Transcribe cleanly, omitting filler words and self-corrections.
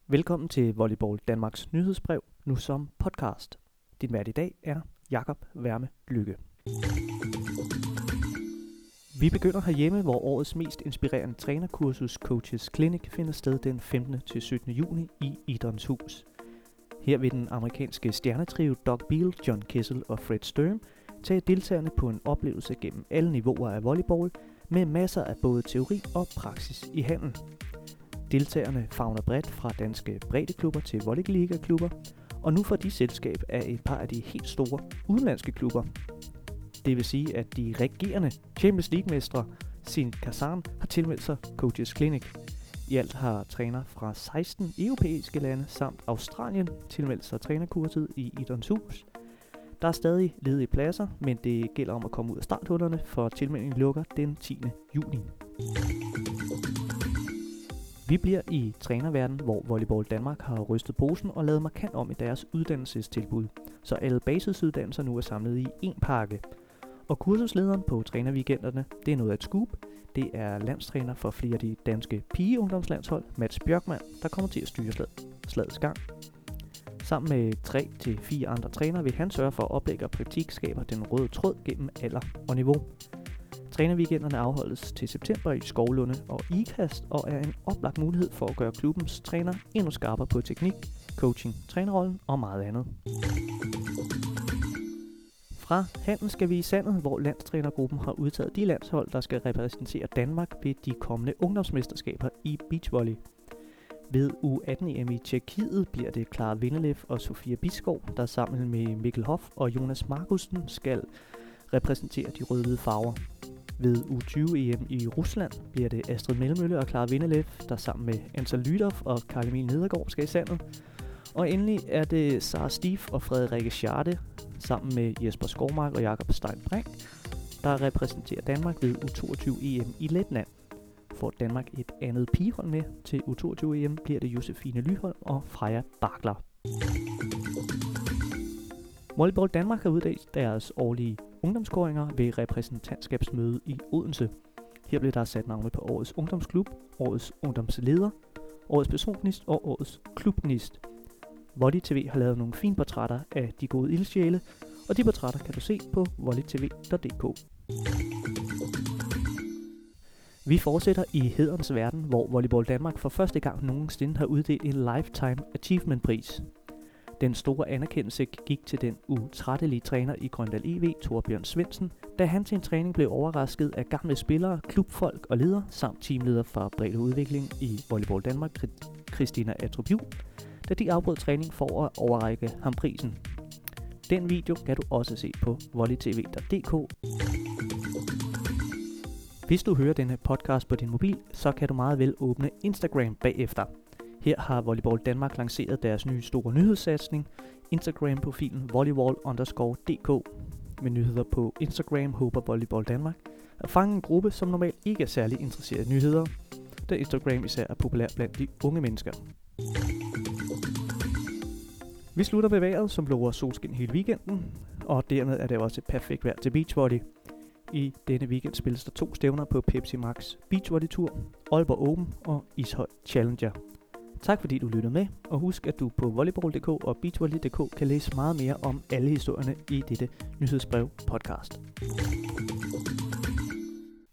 Velkommen til Volleyball Danmarks nyhedsbrev, nu som podcast. Din vært i dag er Jakob Werme Lykke. Vi begynder herhjemme, hvor årets mest inspirerende trænerkursus Coaches Clinic finder sted den 15. til 17. juni i Idrættens Hus. Her vil den amerikanske stjernetrio Doug Beal, John Kissel og Fred Sturm tage deltagerne på en oplevelse gennem alle niveauer af volleyball med masser af både teori og praksis i hånden. Deltagerne favner bredt fra danske breddeklubber til volleyliga-klubber, og nu får de selskab af et par af de helt store udenlandske klubber. Det vil sige, at de regerende Champions League-mestre Zenit Kazan har tilmeldt sig Coaches Clinic. I alt har træner fra 16 europæiske lande samt Australien tilmeldt sig trænerkurset i Idrættens Hus. Der er stadig ledige pladser, men det gælder om at komme ud af starthullerne, for tilmeldingen lukker den 10. juni. Vi bliver i trænerverdenen, hvor Volleyball Danmark har rystet posen og lavet markant om i deres uddannelsestilbud, så alle basisuddannelser nu er samlet i én pakke. Og kursuslederen på trænerweekenderne, det er noget af et scoop. Det er landstræner for flere af de danske pigeungdomslandshold, Mats Bjørkman, der kommer til at styre slagets gang. Sammen med 3-4 andre trænere vil han sørge for at oplægge og praktik skaber den røde tråd gennem alder og niveau. Trænerweekenderne afholdes til september i Skovlunde og Ikast og er en oplagt mulighed for at gøre klubbens træner endnu skarpere på teknik, coaching, trænerrollen og meget andet. Fra handel skal vi i sandet, hvor landstrænergruppen har udtaget de landshold, der skal repræsentere Danmark ved de kommende ungdomsmesterskaber i beachvolley. Ved U18-EM i Tjekkiet bliver det Clara Vindelev og Sofia Biskov, der sammen med Mikkel Hoff og Jonas Markussen skal repræsentere de røde-hvide farver. Ved U20-EM i Rusland bliver det Astrid Mellemølle og Clara Vindelev, der sammen med Ansel Lydhoff og Karl Emil Nedergaard skal i sandet. Og endelig er det Sara Stief og Frederikke Schade sammen med Jesper Skovmark og Jakob Stein-Brink, der repræsenterer Danmark ved U22-EM i Letland. Får Danmark et andet pigehold med til U22-EM, bliver det Josefine Lyholm og Freja Bakler. Volleyball Danmark har uddelt deres årlige ungdomskåringer ved repræsentantskabsmøde i Odense. Her blev der sat navne på årets ungdomsklub, årets ungdomsleder, årets persongnist og årets klubgnist. Volley TV har lavet nogle fine portrætter af de gode ildsjæle, og de portrætter kan du se på volleytv.dk. Vi fortsætter i hæderens verden, hvor Volleyball Danmark for første gang nogensinde har uddelt en Lifetime Achievement Pris. Den store anerkendelse gik til den utrættelige træner i Grøndal EV, Torbjørn Svendsen, da han til en træning blev overrasket af gamle spillere, klubfolk og ledere, samt teamleder fra Bredde Udvikling i Volleyball Danmark, Christina Atrup, da de afbrød træning for at overrække ham prisen. Den video kan du også se på volleytv.dk. Hvis du hører denne podcast på din mobil, så kan du meget vel åbne Instagram bagefter. Her har Volleyball Danmark lanceret deres nye store nyhedssatsning, Instagram-profilen volleyball_dk. Med nyheder på Instagram håber Volleyball Danmark at fange en gruppe, som normalt ikke er særlig interesseret i nyheder, da Instagram især er populær blandt de unge mennesker. Vi slutter med vejret, som lover solskin hele weekenden, og dermed er det også et perfekt vejr til beachvolley. I denne weekend spilles der 2 stævner på Pepsi Max Beachvolley Tour, Aalborg Open og Ishøj Challenger. Tak fordi du lyttede med, og husk at du på volleyball.dk og beachvolley.dk kan læse meget mere om alle historierne i dette nyhedsbrev podcast.